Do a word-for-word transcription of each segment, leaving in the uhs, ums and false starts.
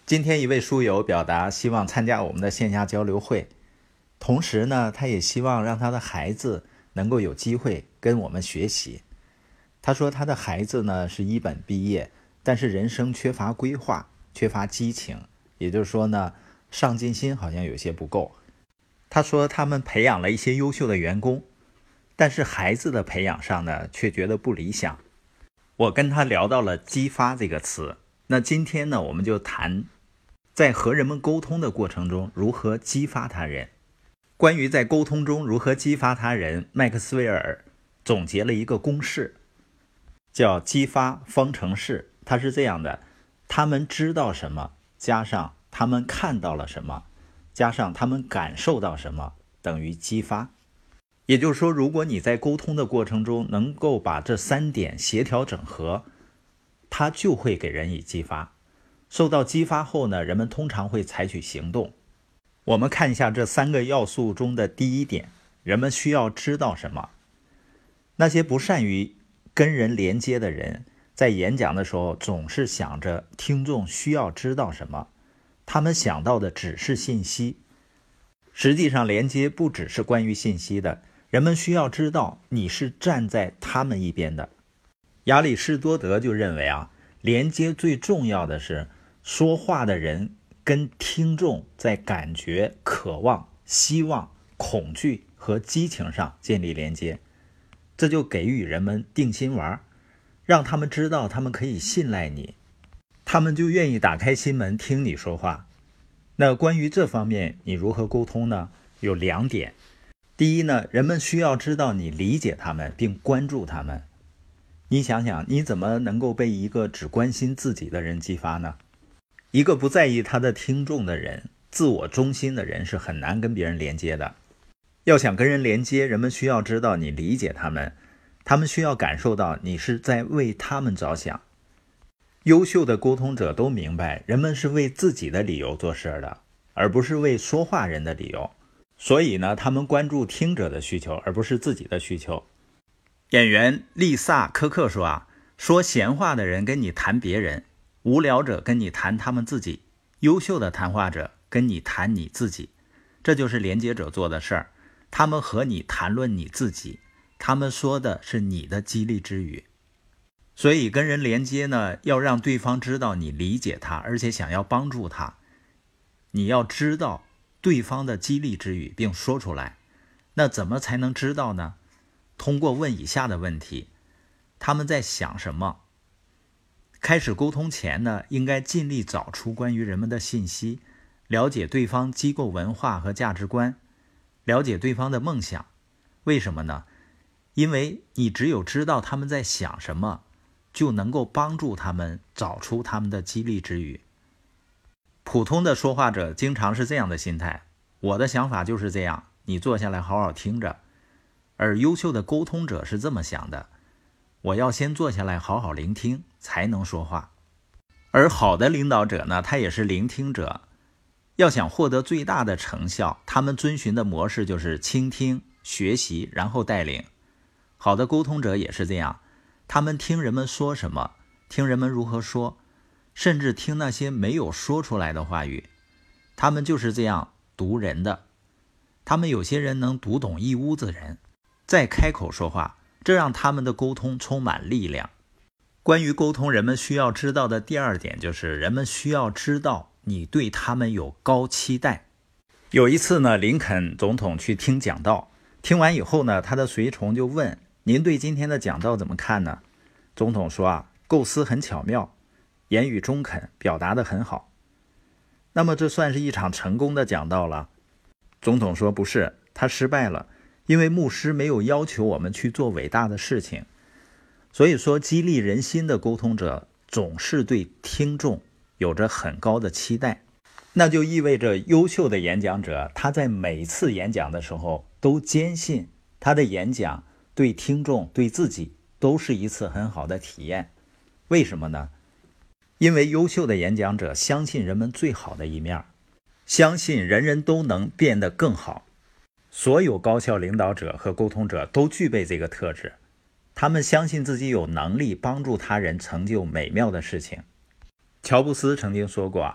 今天一位书友表达希望参加我们的线下交流会，同时呢，他也希望让他的孩子能够有机会跟我们学习。他说他的孩子呢是一本毕业，但是人生缺乏规划，缺乏激情，也就是说呢，上进心好像有些不够。他说他们培养了一些优秀的员工，但是孩子的培养上呢却觉得不理想。我跟他聊到了激发这个词，那今天呢我们就谈在和人们沟通的过程中如何激发他人。关于在沟通中如何激发他人，麦克斯韦尔总结了一个公式，叫激发方程式。它是这样的，他们知道什么加上他们看到了什么加上他们感受到什么等于激发。也就是说，如果你在沟通的过程中能够把这三点协调整合，它就会给人以激发。受到激发后呢，人们通常会采取行动。我们看一下这三个要素中的第一点，人们需要知道什么。那些不善于跟人连接的人，在演讲的时候总是想着听众需要知道什么，他们想到的只是信息。实际上，连接不只是关于信息的，人们需要知道你是站在他们一边的。亚里士多德就认为啊，连接最重要的是说话的人跟听众在感觉、渴望、希望、恐惧和激情上建立连接，这就给予人们定心丸，让他们知道他们可以信赖你，他们就愿意打开心门听你说话。那关于这方面你如何沟通呢？有两点。第一呢，人们需要知道你理解他们并关注他们。你想想，你怎么能够被一个只关心自己的人激发呢？一个不在意他的听众的人，自我中心的人是很难跟别人连接的。要想跟人连接，人们需要知道你理解他们，他们需要感受到你是在为他们着想。优秀的沟通者都明白，人们是为自己的理由做事的，而不是为说话人的理由。所以呢，他们关注听者的需求，而不是自己的需求。演员丽萨·科克说啊，说闲话的人跟你谈别人，无聊者跟你谈他们自己，优秀的谈话者跟你谈你自己。这就是连接者做的事儿，他们和你谈论你自己，他们说的是你的激励之语。所以跟人连接呢，要让对方知道你理解他，而且想要帮助他。你要知道对方的激励之语并说出来。那怎么才能知道呢？通过问以下的问题：他们在想什么？开始沟通前呢，应该尽力找出关于人们的信息，了解对方机构文化和价值观，了解对方的梦想。为什么呢？因为你只有知道他们在想什么，就能够帮助他们找出他们的激励之语。普通的说话者经常是这样的心态，我的想法就是这样，你坐下来好好听着。而优秀的沟通者是这么想的，我要先坐下来好好聆听，才能说话。而好的领导者呢，他也是聆听者。要想获得最大的成效，他们遵循的模式就是倾听、学习，然后带领。好的沟通者也是这样，他们听人们说什么，听人们如何说，甚至听那些没有说出来的话语。他们就是这样读人的。他们有些人能读懂一屋子人，再开口说话，这让他们的沟通充满力量。关于沟通，人们需要知道的第二点就是，人们需要知道你对他们有高期待。有一次呢，林肯总统去听讲道，听完以后呢，他的随从就问，您对今天的讲道怎么看呢？总统说啊，构思很巧妙，言语中肯，表达得很好。那么这算是一场成功的讲道了？总统说不是，他失败了，因为牧师没有要求我们去做伟大的事情。所以说，激励人心的沟通者总是对听众有着很高的期待。那就意味着优秀的演讲者，他在每次演讲的时候都坚信他的演讲对听众对自己都是一次很好的体验。为什么呢？因为优秀的演讲者相信人们最好的一面，相信人人都能变得更好。所有高效领导者和沟通者都具备这个特质，他们相信自己有能力帮助他人成就美妙的事情。乔布斯曾经说过，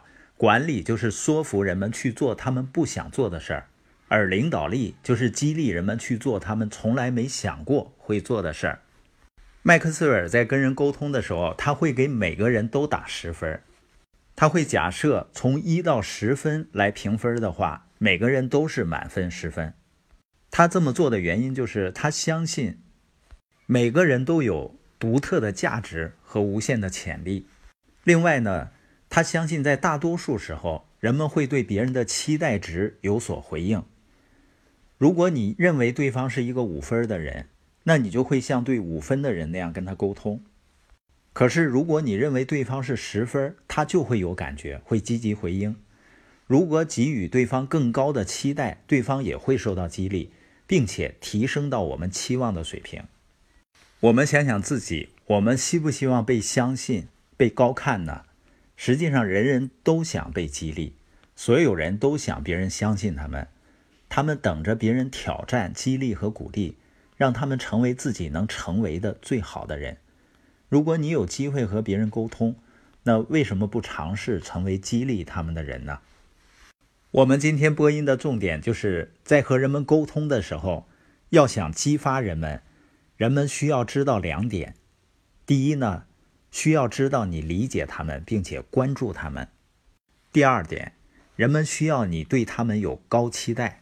管理就是说服人们去做他们不想做的事儿，而领导力就是激励人们去做他们从来没想过会做的事儿。麦克斯韦尔在跟人沟通的时候，他会给每个人都打十分。他会假设从一到十分来评分的话，每个人都是满分十分。他这么做的原因就是他相信每个人都有独特的价值和无限的潜力。另外呢，他相信在大多数时候，人们会对别人的期待值有所回应。如果你认为对方是一个五分的人，那你就会像对五分的人那样跟他沟通。可是如果你认为对方是十分，他就会有感觉，会积极回应。如果给予对方更高的期待，对方也会受到激励，并且提升到我们期望的水平。我们想想自己，我们希不希望被相信、被高看呢？实际上人人都想被激励，所有人都想别人相信他们，他们等着别人挑战、激励和鼓励，让他们成为自己能成为的最好的人。如果你有机会和别人沟通，那为什么不尝试成为激励他们的人呢？我们今天播音的重点就是在和人们沟通的时候，要想激发人们，人们需要知道两点。第一呢，需要知道你理解他们并且关注他们。第二点，人们需要你对他们有高期待。